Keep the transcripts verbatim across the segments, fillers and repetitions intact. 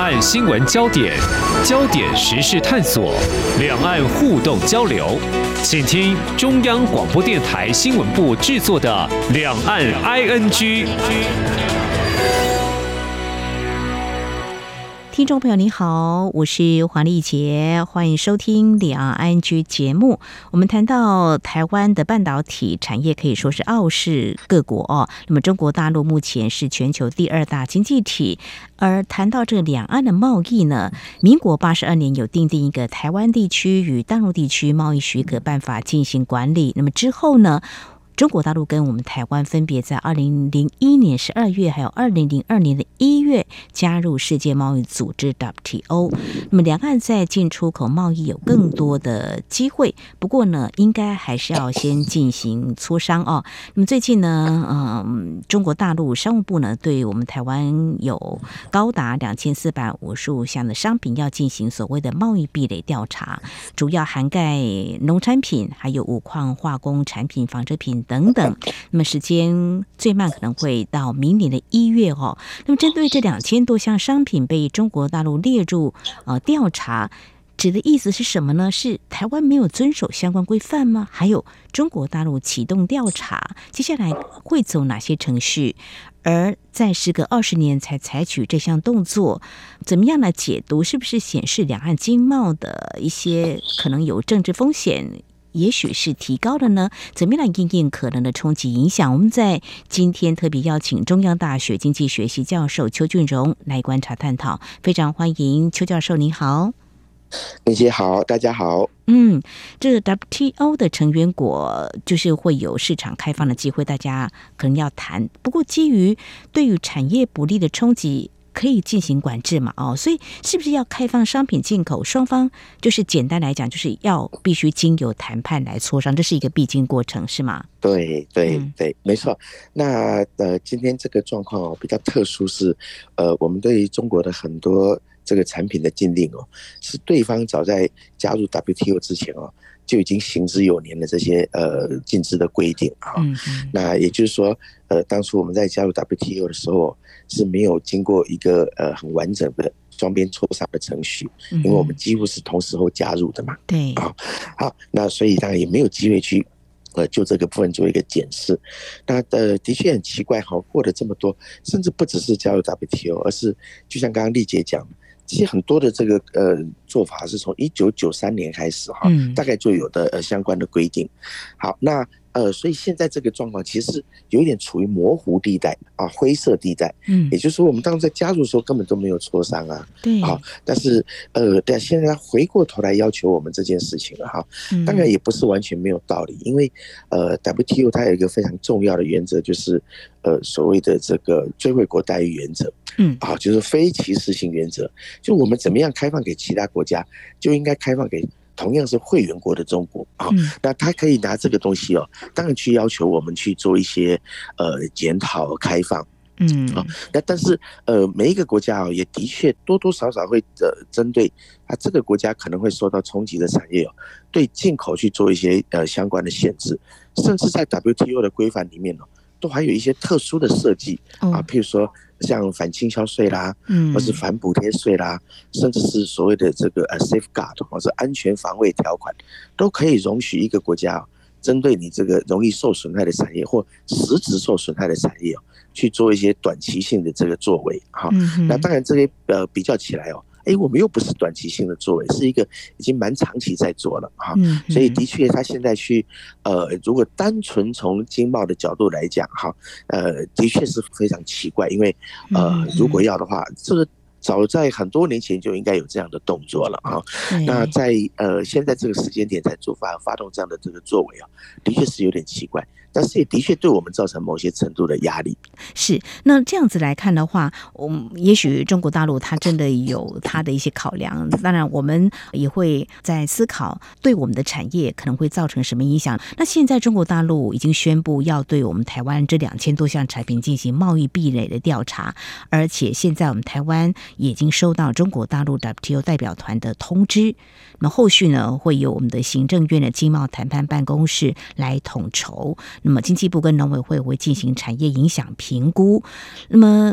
岸新闻焦点，焦点时事探索，两岸互动交流，请听中央广播电台新闻部制作的《两岸 I N G》。 听众朋友你好，我是黄丽杰，欢迎收听两岸 I N G 节目。我们谈到台湾的半导体产业可以说是傲视各国哦。那么中国大陆目前是全球第二大经济体，而谈到这个两岸的贸易呢，民国八十二年有订定一个台湾地区与大陆地区贸易许可办法进行管理。那么之后呢，中国大陆跟我们台湾分别在二零零一年十二月还有二零零二年的一月加入世界贸易组织 W T O。 那么两岸在进出口贸易有更多的机会，不过呢应该还是要先进行磋商哦。那么最近呢嗯，中国大陆商务部呢对我们台湾有高达两千四百五十五项的商品要进行所谓的贸易壁垒调查，主要涵盖农产品还有五矿化工产品、纺织品等等，那么时间最慢可能会到明年的一月哦。那么针对这两千多项商品被中国大陆列入呃调查，指的意思是什么呢？是台湾没有遵守相关规范吗？还有中国大陆启动调查，接下来会走哪些程序？而在时隔二十年才采取这项动作，怎么样来解读？是不是显示两岸经贸的一些可能有政治风险？也许是提高了呢？怎么样来因应可能的冲击影响？我们在今天特别邀请中央大学经济学系教授邱俊荣来观察探讨，非常欢迎邱教授，你好。 林姐好，大家好。 嗯，这个 W T O 的成员国就是会有市场开放的机会，大家可能要谈。不过基于对于产业不利的冲击，可以进行管制嘛？哦，所以是不是要开放商品进口？双方就是简单来讲，就是要必须经由谈判来磋商，这是一个必经过程，是吗？ 对对对，嗯、没错。那呃，今天这个状况哦比较特殊是，呃，我们对于中国的很多这个产品的禁令哦，是对方早在加入 W T O 之前哦，就已经行之有年的这些呃禁止的规定啊。嗯嗯，那也就是说，呃，当初我们在加入 W T O 的时候是没有经过一个呃很完整的双边磋商的程序，因为我们几乎是同时候加入的嘛。 对， 好，好，那所以当然也没有机会去呃就这个部分做一个检视。那呃的确很奇怪哈，过了这么多，甚至不只是加入 W T O， 而是就像刚刚丽姐讲的，其实很多的这个呃做法是从一九九三年开始哈，大概就有的呃相关的规定。好，那呃，所以现在这个状况其实有一点处于模糊地带啊，灰色地带。嗯，也就是说，我们当时在加入的时候根本都没有磋商啊。 对。 好，但是呃，但现在回过头来要求我们这件事情了哈，当然也不是完全没有道理，因为呃 ，W T O 它有一个非常重要的原则，就是呃所谓的这个最惠国待遇原则。嗯，啊，就是非歧视性原则，就我们怎么样开放给其他国家，就应该开放给同样是会员国的中国啊。那他可以拿这个东西哦，当然去要求我们去做一些呃检讨开放。嗯，啊，那但是呃每一个国家哦，也的确多多少少会呃针对啊这个国家可能会受到冲击的产业哦，对进口去做一些呃相关的限制，甚至在 W T O 的规范里面哦，都还有一些特殊的设计啊，譬如说像反倾销税啦，或是反补贴税啦，甚至是所谓的这个呃 safeguard 或是安全防卫条款，都可以容许一个国家针对你这个容易受损害的产业或实质受损害的产业去做一些短期性的这个作为哈。那当然这些呃比较起来哦。哎，我们又不是短期性的作为，是一个已经蛮长期在做了哈，所以的确，他现在去，呃，如果单纯从经贸的角度来讲哈，呃，的确是非常奇怪，因为呃，如果要的话，这个早在很多年前就应该有这样的动作了哈。那在呃现在这个时间点才做发发动这样的这个作为啊，的确是有点奇怪。但是也的确对我们造成某些程度的压力。 是，那这样子来看的话，我们也许中国大陆它真的有它的一些考量，当然我们也会在思考对我们的产业可能会造成什么影响。那现在中国大陆已经宣布要对我们台湾这两千多项产品进行贸易壁垒的调查，而且现在我们台湾也已经收到中国大陆 W T O 代表团的通知，那么后续呢会由我们的行政院的经贸谈判办公室来统筹。那么经济部跟农委会会进行产业影响评估。那么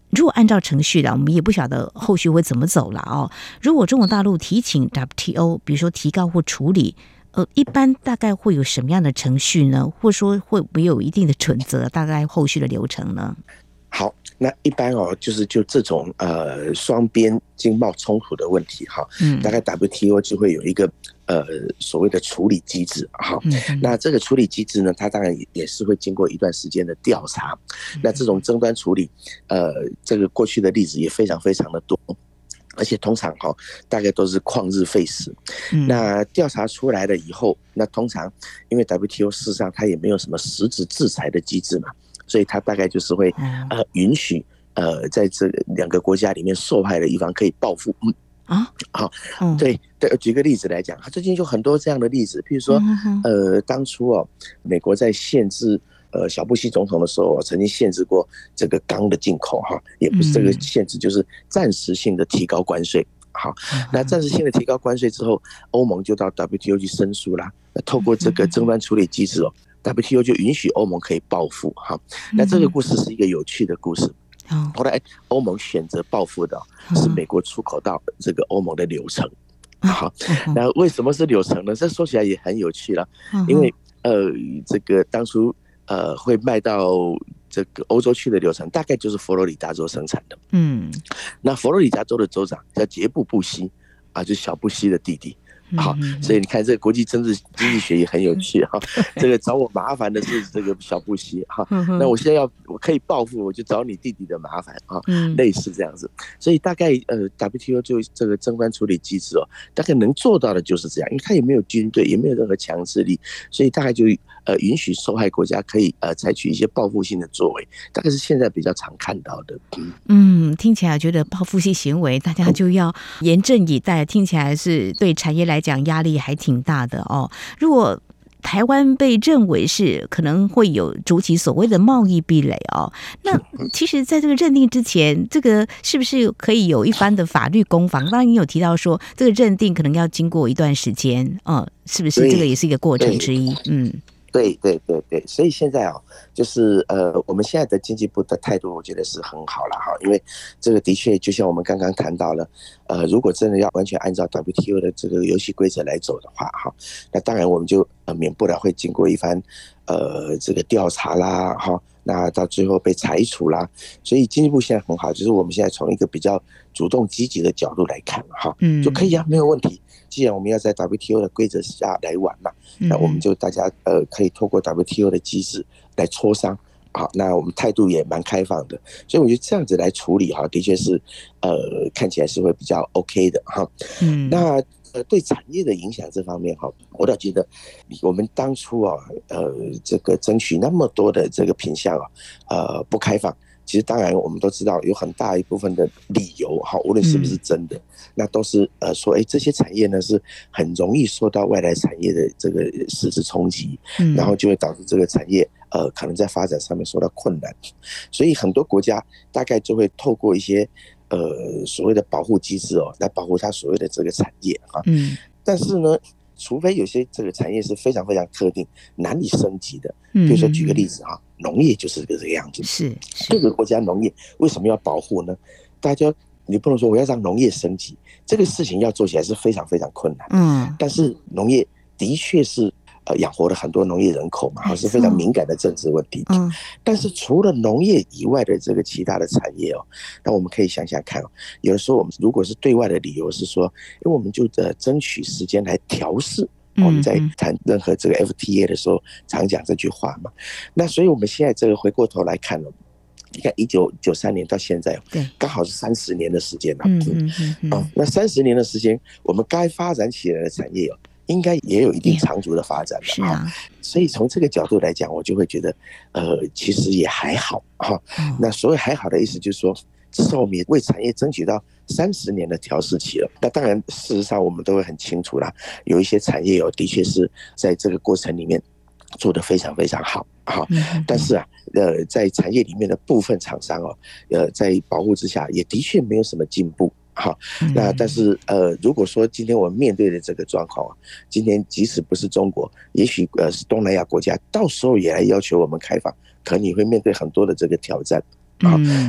如果按照程序啦，我们也不晓得后续会怎么走了哦。如果中国大陆提请 W T O， 比如说提告或处理，呃，一般大概会有什么样的程序呢？或者说会不会有一定的准则？大概后续的流程呢？ 好，那一般哦，就是就这种呃双边经贸冲突的问题哈，嗯，大概 W T O 就会有一个呃所谓的处理机制哈，嗯，那这个处理机制呢，它当然也是会经过一段时间的调查，嗯，那这种争端处理，呃，这个过去的例子也非常非常的多。而且通常哈，大概都是旷日费时。嗯、那调查出来了以后，那通常因为 W T O 事实上它也没有什么实质制裁的机制嘛，所以它大概就是会呃允许呃在这两个国家里面受害的一方可以报复。嗯啊，好，嗯，对对，举个例子来讲，它最近就很多这样的例子，譬如说，呃，当初哦，美国在限制。呃，小布希总统的时候，曾经限制过这个钢的进口哈，也不是这个限制，就是暂时性的提高关税。好，那暂时性的提高关税之后，欧盟就到 W T O 去申诉啦。那透过这个争端处理机制哦 ，W T O 就允许欧盟可以报复哈。那这个故事是一个有趣的故事。后来欧盟选择报复的是美国出口到这个欧盟的柳橙。好，那为什么是柳橙呢？这说起来也很有趣了，因为呃，这个当初。呃，会卖到这个欧洲去的柳橙，大概就是佛罗里达州生产的。嗯，那佛罗里达州的州长叫杰布·布希啊，就是小布希的弟弟。好，所以你看这个国际政治经济学也很有趣哈。这个找我麻烦的是这个小布希哈，那我现在要我可以报复，我就找你弟弟的麻烦啊，类似这样子。所以大概呃 W T O 就这个争端处理机制哦，大概能做到的就是这样，因为它也没有军队，也没有任何强制力，所以大概就呃允许受害国家可以呃采取一些报复性的作为，大概是现在比较常看到的。嗯， 嗯听起来觉得报复性行为大家就要严阵以待，听起来是对产业来讲压力还挺大的哦。如果台湾被认为是可能会有筑起所谓的贸易壁垒哦，那其实在这个认定之前，这个是不是可以有一番的法律攻防？当然你有提到说这个认定可能要经过一段时间，嗯，是不是这个也是一个过程之一？嗯。 对对对对，所以现在啊、哦，就是呃，我们现在的经济部的态度，我觉得是很好了哈，因为这个的确就像我们刚刚谈到了，呃，如果真的要完全按照 W T O 的这个游戏规则来走的话哈，那当然我们就呃免不了会经过一番呃这个调查啦哈，那到最后被裁处啦，所以经济部现在很好，就是我们现在从一个比较主动积极的角度来看哈，嗯，就可以啊，没有问题。既然我们要在 W T O 的规则下来玩嘛，那我们就大家呃可以透过 W T O 的机制来磋商，好，那我们态度也蛮开放的，所以我觉得这样子来处理哈，的确是呃看起来是会比较 OK 的哈。嗯，那呃对产业的影响这方面哈，我倒觉得我们当初啊呃这个争取那么多的这个品项啊呃不开放。其实当然我们都知道有很大一部分的理由哈，无论是不是真的，那都是呃说哎这些产业呢是很容易受到外来产业的这个实质冲击，然后就会导致这个产业呃可能在发展上面受到困难，所以很多国家大概就会透过一些呃所谓的保护机制哦来保护它所谓的这个产业哈，嗯，但是呢。除非有些这个产业是非常非常特定、难以升级的，比如说举个例子哈，农业就是这个样子。 是各个国家农业为什么要保护呢？大家你不能说我要让农业升级，这个事情要做起来是非常非常困难。嗯，但是农业的确是。呃，养活了很多农业人口嘛，是非常敏感的政治问题。嗯，但是除了农业以外的这个其他的产业哦，那我们可以想想看哦，有的时候我们如果是对外的理由是说，因为我们就呃争取时间来调试。我们在谈任何这个 F T A 的时候，常讲这句话嘛。那所以我们现在这个回过头来看哦，你看一九九三年到现在，对，刚好是三十年的时间了。嗯嗯嗯嗯。哦，那三十年的时间，我们该发展起来的产业哦。应该也有一定长足的发展的，是啊，所以从这个角度来讲，我就会觉得，呃，其实也还好哈。那所谓还好的意思就是说，至少我们也为产业争取到三十年的调试期了。那当然，事实上我们都会很清楚啦，有一些产业哦，的确是在这个过程里面做得非常非常好哈。但是啊，呃，在产业里面的部分厂商哦，呃，在保护之下，也的确没有什么进步。好，那但是呃，如果说今天我们面对的这个状况啊，今天即使不是中国，也许呃是东南亚国家，到时候也来要求我们开放，可能你会面对很多的这个挑战啊。那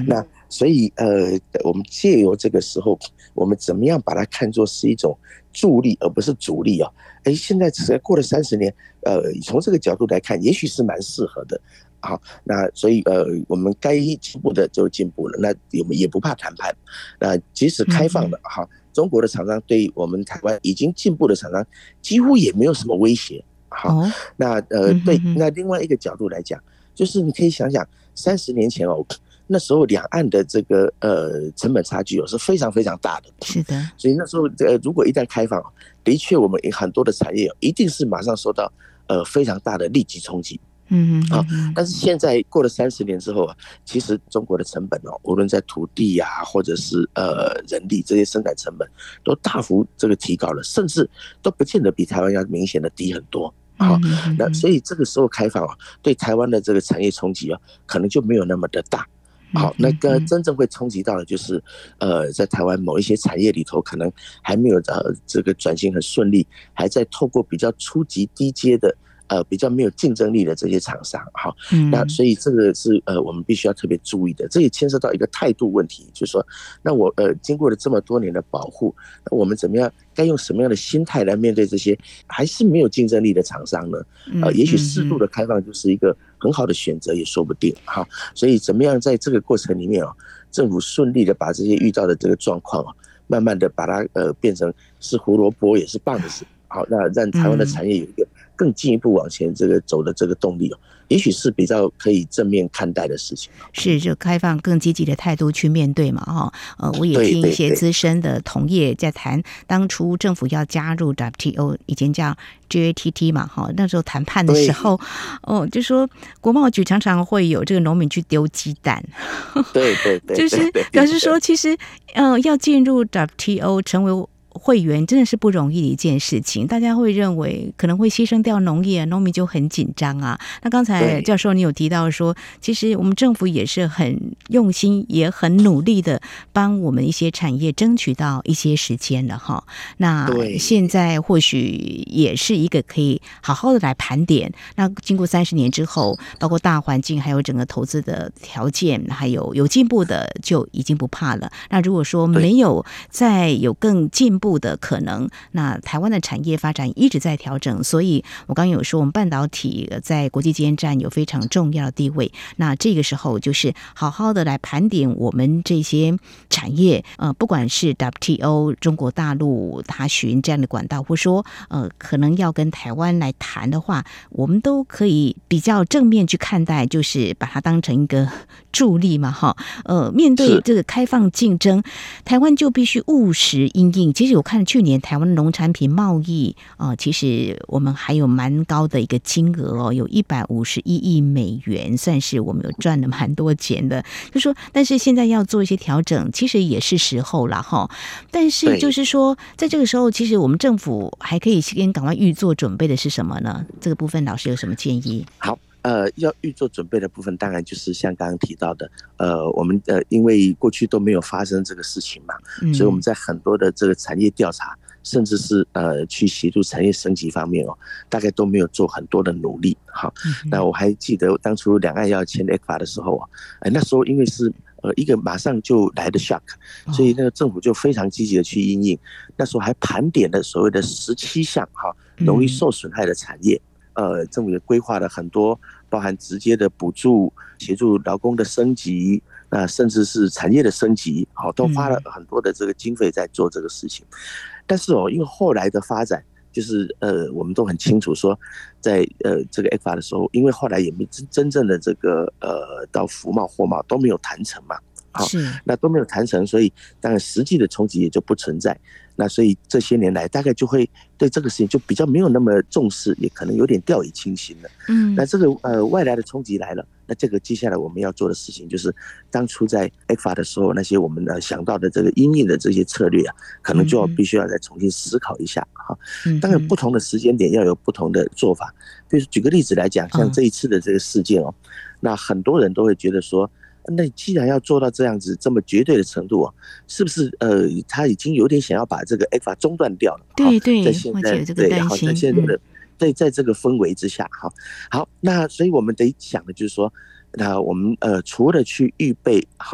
所以呃，我们借由这个时候，我们怎么样把它看作是一种助力，而不是阻力哦？哎，现在只过了三十年，呃，从这个角度来看，也许是蛮适合的。好，那所以呃，我们该进步的就进步了，那我们也不怕谈判。那即使开放了哈，中国的厂商对我们台湾已经进步的厂商几乎也没有什么威胁。好，那呃，对，那另外一个角度来讲，就是你可以想想，三十年前哦，那时候两岸的这个呃成本差距哦是非常非常大的。 是的， 所以那时候呃，如果一旦开放，的确我们很多的产业一定是马上受到呃非常大的立即冲击。嗯好，但是现在过了三十年之后啊，其实中国的成本哦，无论在土地啊，或者是呃人力这些生产成本，都大幅这个提高了，甚至都不见得比台湾要明显的低很多。好，那所以这个时候开放啊，对台湾的这个产业冲击啊，可能就没有那么的大。好，那个真正会冲击到的就是，呃，在台湾某一些产业里头，可能还没有呃这个转型很顺利，还在透过比较初级低阶的。呃，比较没有竞争力的这些厂商，好，那所以这个是呃我们必须要特别注意的。这也牵涉到一个态度问题，就是说，那我呃经过了这么多年的保护，那我们怎么样，该用什么样的心态来面对这些还是没有竞争力的厂商呢？呃，也许适度的开放就是一个很好的选择，也说不定。好，所以怎么样在这个过程里面哦，政府顺利的把这些遇到的这个状况哦，慢慢的把它呃变成是胡萝卜也是棒子。好，那让台湾的产业有一个更进一步往前这个走的这个动力哦，也许是比较可以正面看待的事情。 是，就开放更积极的态度去面对嘛，哈。呃，我也听一些资深的同业在谈，当初政府要加入 W T O， 以前叫 G A T T 嘛，哈，那时候谈判的时候，哦，就说国贸局常常会有这个农民去丢鸡蛋， 对对对， 就是表示说，其实呃要进入 W T O 成为会员真的是不容易的一件事情，大家会认为可能会牺牲掉农业，农民就很紧张啊。那刚才教授你有提到说，其实我们政府也是很用心，也很努力的帮我们一些产业争取到一些时间了哈。那现在或许也是一个可以好好的来盘点。那经过三十年之后，包括大环境，还有整个投资的条件，还有有进步的就已经不怕了。那如果说没有再有更进步的可能，那台湾的产业发展一直在调整，所以我刚刚有说我们半导体在国际间占有非常重要的地位。那这个时候就是好好的来盘点我们这些产业，呃，不管是 W T O 中国大陆他巡这样的管道，或说呃可能要跟台湾来谈的话，我们都可以比较正面去看待，就是把它当成一个助力嘛，哈。呃，面对这个开放竞争，台湾就必须务实因应。其实我看去年台湾农产品贸易啊、呃，其实我们还有蛮高的一个金额哦，有一百五十一亿美元，算是我们有赚了蛮多钱的。就说，但是现在要做一些调整，其实也是时候了哈。但是就是说，在这个时候，其实我们政府还可以先赶快预做准备的是什么呢？这个部分老师有什么建议？ 好。呃，要预做准备的部分，当然就是像刚刚提到的，呃，我们呃，因为过去都没有发生这个事情嘛，嗯、所以我们在很多的这个产业调查，甚至是呃去协助产业升级方面哦，大概都没有做很多的努力。好，嗯、那我还记得当初两岸要签 E C F A 的时候啊，哎，那时候因为是呃一个马上就来的 shock， 所以那个政府就非常积极的去因应，那时候还盘点了所谓的十七项哈容易受损害的产业。呃，政府也规划了很多，包含直接的补助、协助劳工的升级，那甚至是产业的升级，好，都花了很多的这个经费在做这个事情。但是哦，因为后来的发展，就是呃，我们都很清楚说，在呃这个 E C F A 的时候，因为后来也没真真正的这个呃到服贸、货贸都没有谈成嘛，好，那都没有谈成，所以当然实际的冲击也就不存在。那所以这些年来，大概就会对这个事情就比较没有那么重视，也可能有点掉以轻心了。嗯，那这个呃外来的冲击来了，那这个接下来我们要做的事情就是，当初在 E C F A 的时候，那些我们呃想到的这个因应的这些策略啊，可能就要必须要再重新思考一下哈。当然，不同的时间点要有不同的做法。比如举个例子来讲，像这一次的这个事件哦，那很多人都会觉得说，那既然要做到这样子这么绝对的程度啊，是不是呃他已经有点想要把这个 E C F A 中断掉了？ 对对， 在现在对，好，在现在的对，在这个氛围之下，好，好，那所以我们得想的就是说，那我们呃除了去预备哈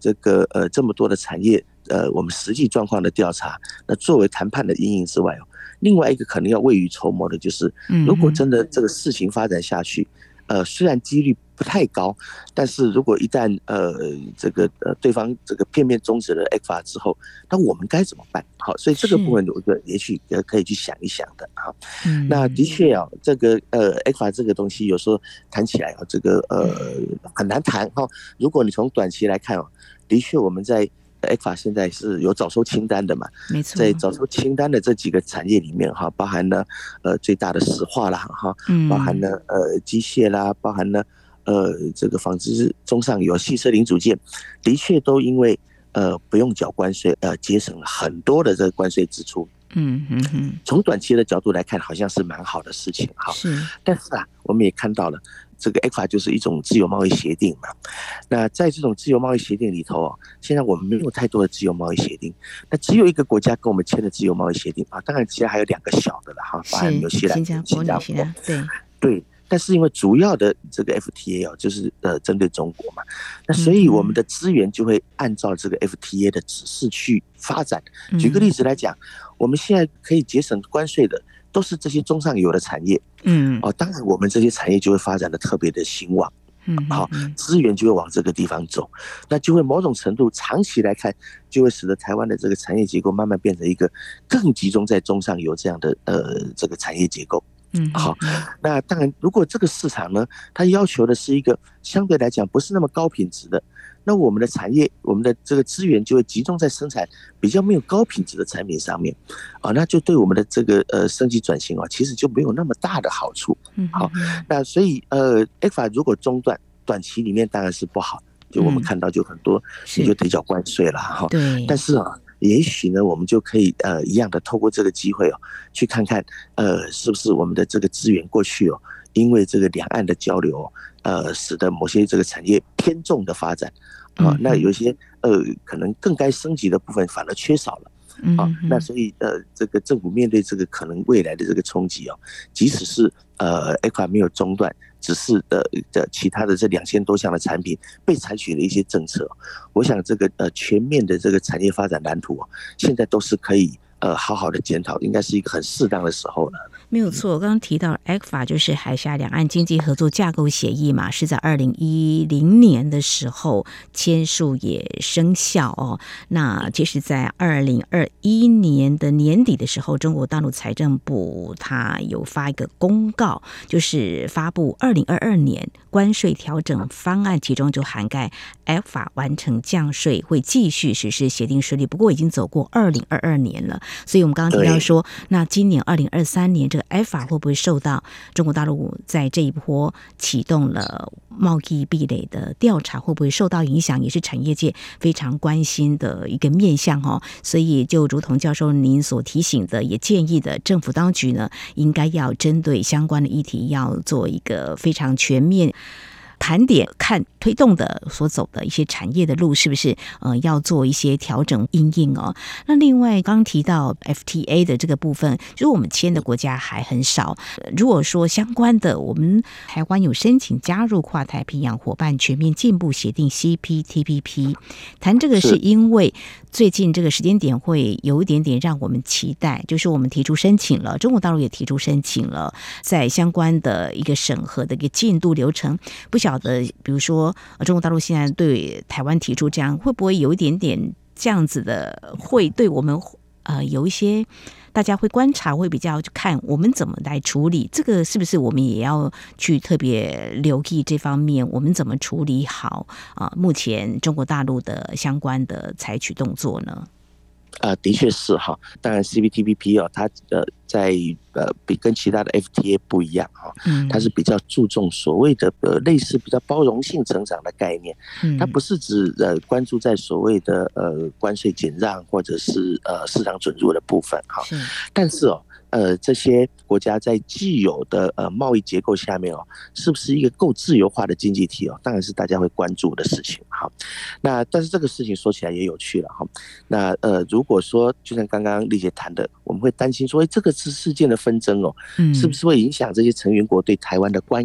这个呃这么多的产业呃我们实际状况的调查，那作为谈判的因应之外哦，另外一个可能要未雨绸缪的就是，如果真的这个事情发展下去，呃，虽然几率不太高，但是如果一旦呃这个呃对方这个片面终止了 E C F A 之后，那我们该怎么办？好，所以这个部分我觉得也许可以去想一想的啊。那的确啊，这个呃 E C F A 这个东西有时候谈起来啊，这个呃很难谈哈。如果你从短期来看哦，的确我们在E C F A 现在是有早收清单的嘛， 没错， 在早收清单的这几个产业里面哈，包含了呃最大的石化啦哈，包含了呃机械啦，包含了呃这个纺织中上游、汽车零组件，的确都因为呃不用缴关税，呃节省了很多的这个关税支出。 嗯嗯嗯， 从短期的角度来看，好像是蛮好的事情哈。 是， 但是啊，我们也看到了，这个 E C F A 就是一种自由贸易协定嘛。那在这种自由贸易协定里头哦，现在我们没有太多的自由贸易协定，那只有一个国家跟我们签的自由贸易协定啊。当然，其实还有两个小的了哈，包含纽西兰、 新加坡、纽西兰，对对。但是因为主要的这个 F T A 哦，就是呃针对中国嘛，那所以我们的资源就会按照这个 F T A 的指示去发展。举个例子来讲，我们现在可以节省关税的都是这些中上游的产业，嗯，哦，当然我们这些产业就会发展的特别的兴旺，嗯，好，资源就会往这个地方走，那就会某种程度长期来看，就会使得台湾的这个产业结构慢慢变成一个更集中在中上游这样的呃这个产业结构。嗯，好，那当然，如果这个市场呢，它要求的是一个相对来讲不是那么高品质的，那我们的产业，我们的这个资源就会集中在生产比较没有高品质的产品上面，啊，那就对我们的这个呃升级转型啊，其实就没有那么大的好处。好，那所以呃 E C F A 如果中断，短期里面当然是不好，就我们看到就很多你就得缴关税了哈。对，但是啊。也许呢，我们就可以呃一样的透过这个机会哦，去看看呃是不是我们的这个资源过去哦，因为这个两岸的交流呃，使得某些这个产业偏重的发展啊，那有一些呃可能更该升级的部分反而缺少了。啊，那所以呃，这个政府面对这个可能未来的这个冲击哦，即使是呃 E C F A 没有中断，只是呃的其他的这两千多项的产品被采取了一些政策，我想这个呃全面的这个产业发展蓝图哦，现在都是可以呃好好的检讨，应该是一个很适当的时候了。 没有错，刚刚提到 E C F A 就是海峡两岸经济合作架构协议嘛，是在二零一零年的时候签署也生效哦。那其实在二零二一年的年底的时候，中国大陆财政部它有发一个公告，就是发布二零二二年关税调整方案，其中就涵盖 E C F A 完成降税，会继续实施协定顺利。不过已经走过二零二二年了，所以我们刚刚提到说，那今年二零二三年这个 E C F A 会不会受到中国大陆在这一波启动了贸易壁垒的调查，会不会受到影响，也是产业界非常关心的一个面向哦。所以就如同教授您所提醒的，也建议的政府当局呢，应该要针对相关的议题，要做一个非常全面盘点，看推动的所走的一些产业的路是不是呃要做一些调整因应哦。那另外刚提到 F T A 的这个部分，就是我们签的国家还很少。如果说相关的，我们台湾有申请加入跨太平洋伙伴全面进步协定 C P T P P， 谈这个是因为最近这个时间点会有一点点让我们期待，就是我们提出申请了，中国大陆也提出申请了，在相关的一个审核的一个进度流程，不晓得比如说中国大陆现在对台湾提出这样，会不会有一点点这样子的，会对我们呃有一些大家会观察，会比较看我们怎么来处理这个，是不是我们也要去特别留意这方面，我们怎么处理好啊、呃？目前中国大陆的相关的采取动作呢？ 啊，的确是哈。当然 ，C P T P P 哦，它呃在呃比跟其他的 F T A 不一样哈，它是比较注重所谓的呃类似比较包容性成长的概念，它不是指呃关注在所谓的呃关税减让或者是呃市场准入的部分哈，但是哦。呃，这些国家在既有的呃贸易结构下面哦，是不是一个够自由化的经济体哦？当然是大家会关注的事情哈。那但是这个事情说起来也有趣了哈。那呃，如果说就像刚刚丽姐谈的，我们会担心说，哎，这个是事件的纷争哦，是不是会影响这些成员国对台湾的观感？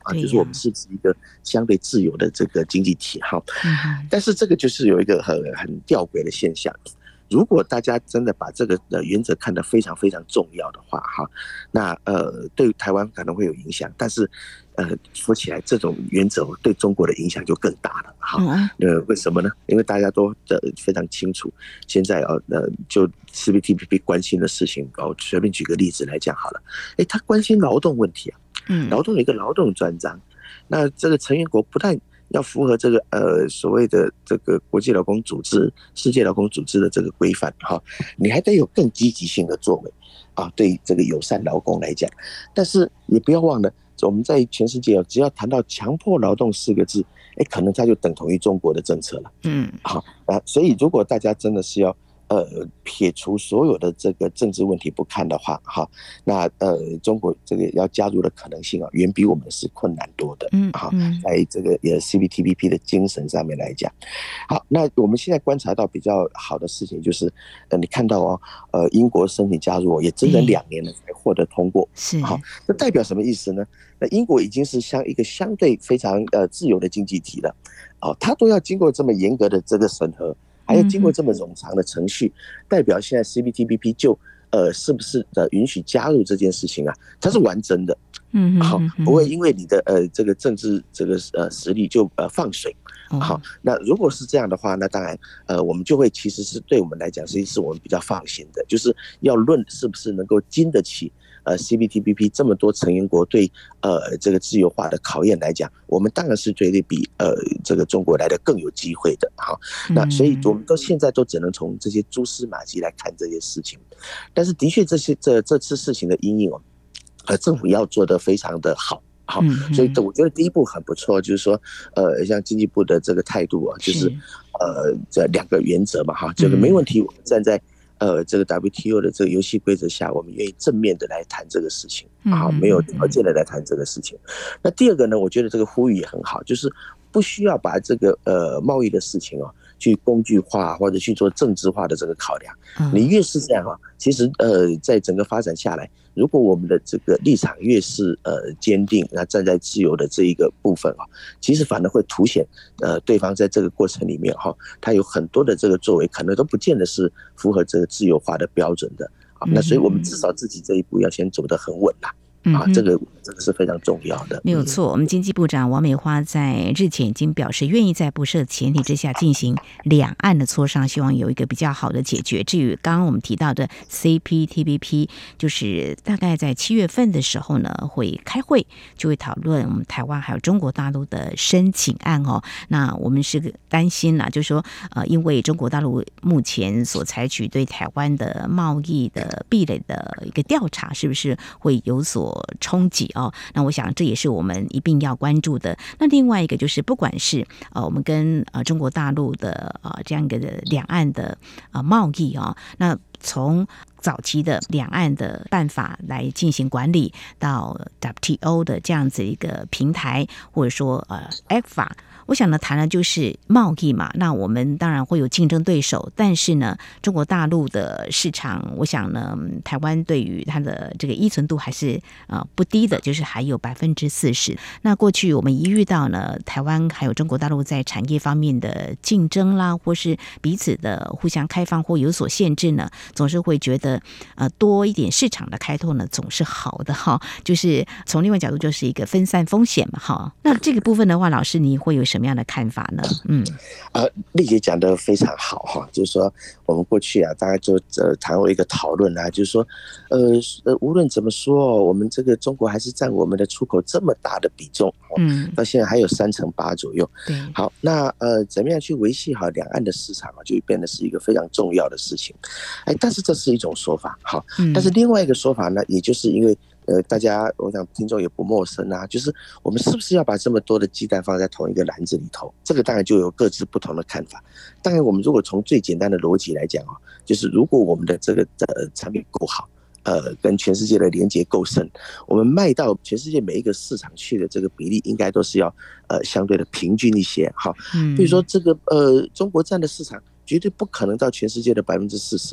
啊，就是我们是指一个相对自由的这个经济体哈。但是这个就是有一个很很吊诡的现象。如果大家真的把这个原则看得非常非常重要的话，哈，那呃对台湾可能会有影响，但是呃说起来这种原则对中国的影响就更大了，哈。呃，为什么呢？因为大家都呃非常清楚，现在呃呃就 C P T P P 关心的事情，哦，随便举个例子来讲好了，哎，他关心劳动问题啊，嗯，劳动有一个劳动专章，那这个成员国不但要符合这个呃所谓的这个国际劳工组织、世界劳工组织的这个规范哈，你还得有更积极性的作为啊，对这个友善劳工来讲。但是也不要忘了，我们在全世界只要谈到强迫劳动四个字，哎，可能它就等同于中国的政策了。嗯，好啊，所以如果大家真的是要呃，撇除所有的这个政治问题不看的话，哈，那呃，中国这个要加入的可能性啊，远比我们是困难多的。嗯，好，在这个呃 C P T P P 的精神上面来讲，好，那我们现在观察到比较好的事情就是，呃，你看到哦，呃，英国申请加入也整整两年了才获得通过。是，好，这代表什么意思呢？那英国已经是像一个相对非常呃自由的经济体了，哦，它都要经过这么严格的这个审核。还要经过这么冗长的程序，代表现在 C P T P P 就呃是不是呃允许加入这件事情啊？它是完整的，嗯，好，不会因为你的呃这个政治这个呃实力就呃放水。好，那如果是这样的话，那当然呃我们就会其实是对我们来讲，实际是我们比较放心的，就是要论是不是能够经得起呃 C P T P P 这么多成员国对呃这个自由化的考验来讲，我们当然是绝对比呃这个中国来的更有机会的。好，那所以我们到现在都只能从这些蛛丝马迹来看这些事情，但是的确这些这这次事情的因应哦，呃政府要做得非常的好。好，所以我觉得第一步很不错，就是说，呃，像经济部的这个态度啊，就是呃这两个原则嘛，哈，这个没问题，我们站在呃这个 W T O 的这个游戏规则下，我们愿意正面的来谈这个事情，啊，没有条件的来谈这个事情。那第二个呢，我觉得这个呼吁也很好，就是不需要把这个呃贸易的事情哦去工具化或者去做政治化的这个考量。你越是这样啊，其实呃在整个发展下来，如果我们的这个立场越是呃坚定，那站在自由的这一个部分啊，其实反而会凸显呃对方在这个过程里面哈，他有很多的这个作为，可能都不见得是符合这个自由化的标准的啊。那所以我们至少自己这一步要先走得很稳啦。啊，这个这个是非常重要的， 没有错。我们经济部长王美花在日前已经表示，愿意在不设前提之下进行两岸的磋商，希望有一个比较好的解决。至于刚刚我们提到的 C P T P P， 就是大概在七月份的时候呢，会开会，就会讨论我们台湾还有中国大陆的申请案哦。那我们是担心啦，就是说，呃，因为中国大陆目前所采取对台湾的贸易的壁垒的一个调查，是不是会有所冲击哦？那我想这也是我们一并要关注的。那另外一个就是，不管是呃我们跟呃中国大陆的呃这样一个两岸的呃贸易啊、哦，那从早期的两岸的办法来进行管理，到 W T O 的这样子一个平台，或者说呃 E C F A。我想呢，谈的就是贸易嘛。那我们当然会有竞争对手，但是呢，中国大陆的市场，我想呢，台湾对于它的这个依存度还是呃不低的，就是还有百分之四十。那过去我们一遇到呢，台湾还有中国大陆在产业方面的竞争啦，或是彼此的互相开放或有所限制呢，总是会觉得呃多一点市场的开拓呢，总是好的哈。就是从另外角度，就是一个分散风险嘛哈。那这个部分的话，老师你会有什么样的看法呢？嗯，呃， 丽姐讲得非常好哈，就是说我们过去啊，大家就呃谈过一个讨论啊，就是说，呃呃，无论怎么说，我们这个中国还是占我们的出口这么大的比重，嗯，到现在还有三成八左右。对，好，那呃，怎么样去维系好两岸的市场啊，就变得是一个非常重要的事情。哎，但是这是一种说法，好，但是另外一个说法呢，也就是因为。呃，大家，我想听众也不陌生啊，就是我们是不是要把这么多的鸡蛋放在同一个篮子里头？这个当然就有各自不同的看法。当然，我们如果从最简单的逻辑来讲哦，就是如果我们的这个呃产品够好，呃，跟全世界的连结够深，我们卖到全世界每一个市场去的这个比例，应该都是要呃相对的平均一些。好，比如说这个呃中国占的市场。绝对不可能到全世界的百分之四十嘛，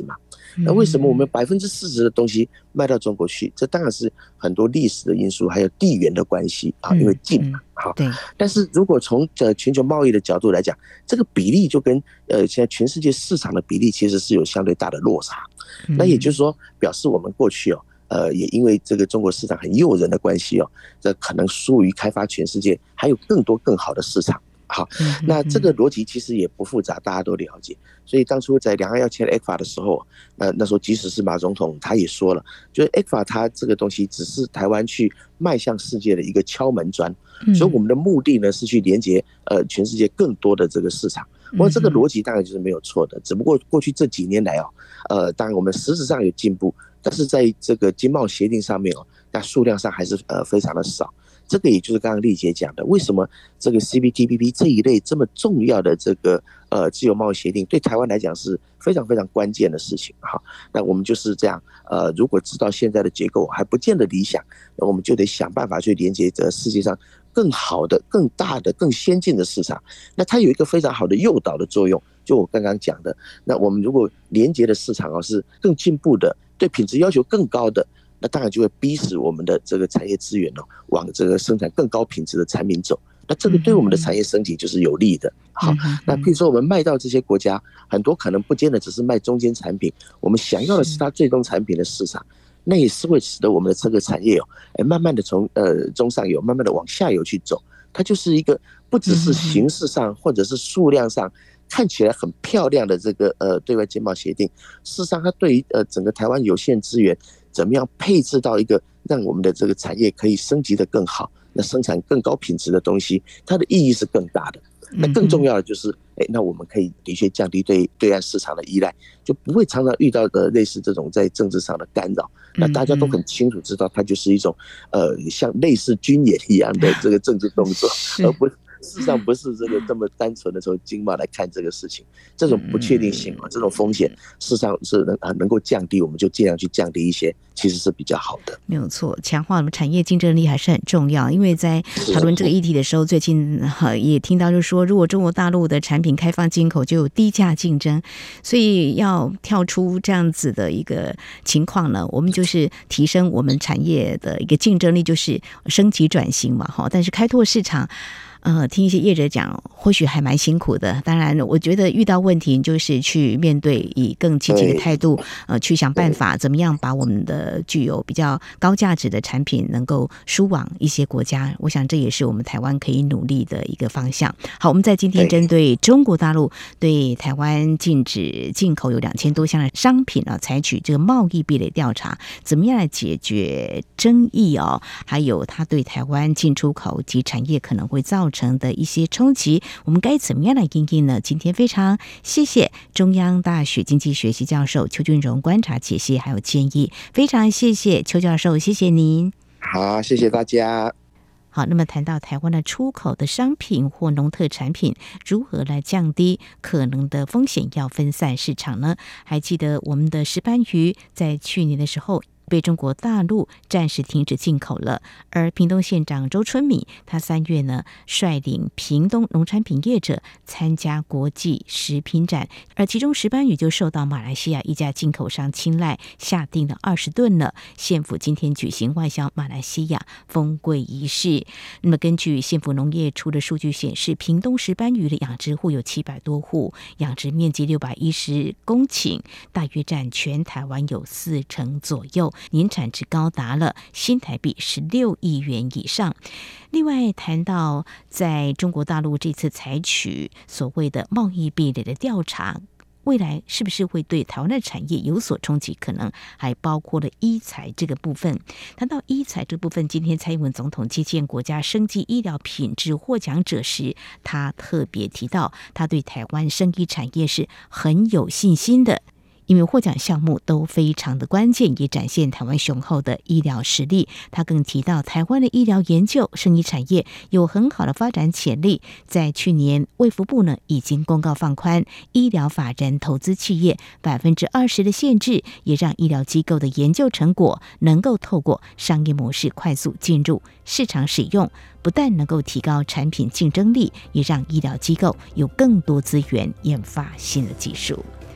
那为什么我们百分之四十的东西卖到中国去？这当然是很多历史的因素，还有地缘的关系啊，因为近嘛。好， 对。 但是如果从呃全球贸易的角度来讲，这个比例就跟呃现在全世界市场的比例其实是有相对大的落差。那也就是说，表示我们过去哦，呃，也因为这个中国市场很诱人的关系哦，这可能疏于开发全世界还有更多更好的市场。好，那这个逻辑其实也不复杂，大家都了解。所以当初在两岸要签 E C F A 的时候，呃，那时候即使是马总统他也说了，就是 E C F A 它这个东西只是台湾去迈向世界的一个敲门砖，所以我们的目的呢是去连接呃全世界更多的这个市场。不过这个逻辑当然就是没有错的，只不过过去这几年来哦，呃，当然我们实质上有进步，但是在这个经贸协定上面哦，那数量上还是呃非常的少。这个也就是刚刚丽姐讲的，为什么这个 C P T P P 这一类这么重要的这个呃自由贸易协定对台湾来讲是非常非常关键的事情哈。那我们就是这样，呃，如果知道现在的结构还不见得理想，那我们就得想办法去连接这世界上更好的、更大的、更先进的市场。那它有一个非常好的诱导的作用，就我刚刚讲的，那我们如果连接的市场哦是更进步的，对品质要求更高的。那当然就会逼使我们的这个产业资源哦，往这个生产更高品质的产品走。那这个对我们的产业升级就是有利的。好，那譬如说我们卖到这些国家，很多可能不见得只是卖中间产品，我们想要的是它最终产品的市场，那也是会使得我们的这个产业哦，哎，慢慢的从呃中上游慢慢的往下游去走。它就是一个不只是形式上或者是数量上看起来很漂亮的这个呃对外经贸协定，事实上它对于呃整个台湾有限资源怎么样配置到一个让我们的这个产业可以升级的更好，那生产更高品质的东西，它的意义是更大的。那更重要的就是，哎，那我们可以的确降低对对岸市场的依赖，就不会常常遇到的类似这种在政治上的干扰。那大家都很清楚知道，它就是一种呃像类似军演一样的这个政治动作，而不是。事实上不是这个这么单纯的从经贸来看这个事情，这种不确定性啊，这种风险，事实上是能能够降低，我们就尽量去降低一些，其实是比较好的。 没有错，强化我们产业竞争力还是很重要。因为在讨论这个议题的时候，最近也听到就是说，如果中国大陆的产品开放进口，就有低价竞争，所以要跳出这样子的一个情况呢，我们就是提升我们产业的一个竞争力，就是升级转型嘛，哈。但是开拓市场。呃，听一些业者讲，或许还蛮辛苦的。当然，我觉得遇到问题就是去面对，以更积极的态度，呃，去想办法，怎么样把我们的具有比较高价值的产品能够输往一些国家。我想这也是我们台湾可以努力的一个方向。好，我们在今天针对中国大陆对台湾禁止进口有两千多项的商品啊，采取这个贸易壁垒调查，怎么样来解决争议哦？还有它对台湾进出口及产业可能会造成成的一些冲击，我们该怎么样来因应呢？今天非常谢谢中央大学经济学系教授邱俊荣观察解析还有建议，非常谢谢邱教授，谢谢您。 好，谢谢大家。 好，那么谈到台湾的出口的商品或农特产品如何来降低可能的风险，要分散市场呢？还记得我们的石斑鱼在去年的时候被中国大陆暂时停止进口了，而屏东县长周春米，他三月呢率领屏东农产品业者参加国际食品展，而其中石斑鱼就受到马来西亚一家进口商青睐，下定了二十吨了。县府今天举行外销马来西亚封柜仪式。那么根据县府农业处的数据显示，屏东石斑鱼的养殖户有七百多户，养殖面积六百一十公顷，大约占全台湾有四成左右。年产值高达了新台币十六亿元以上。另外谈到在中国大陆这次采取所谓的贸易壁垒的调查，未来是不是会对台湾的产业有所冲击？可能还包括了医材这个部分。谈到医材这部分，今天蔡英文总统接见国家生技医疗品质获奖者时，他特别提到，他对台湾生医产业是很有信心的。因为获奖项目都非常的关键，也展现台湾雄厚的医疗实力。他更提到，台湾的医疗研究、生医产业有很好的发展潜力。在去年，卫福部呢已经公告放宽医疗法人投资企业百分之二十的限制，也让医疗机构的研究成果能够透过商业模式快速进入市场使用。不但能够提高产品竞争力，也让医疗机构有更多资源研发新的技术。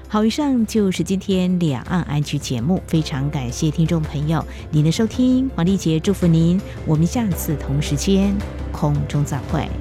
好，以上就是今天两岸安居节目，非常感谢听众朋友您的收听，黄丽杰祝福您，我们下次同时间空中再会。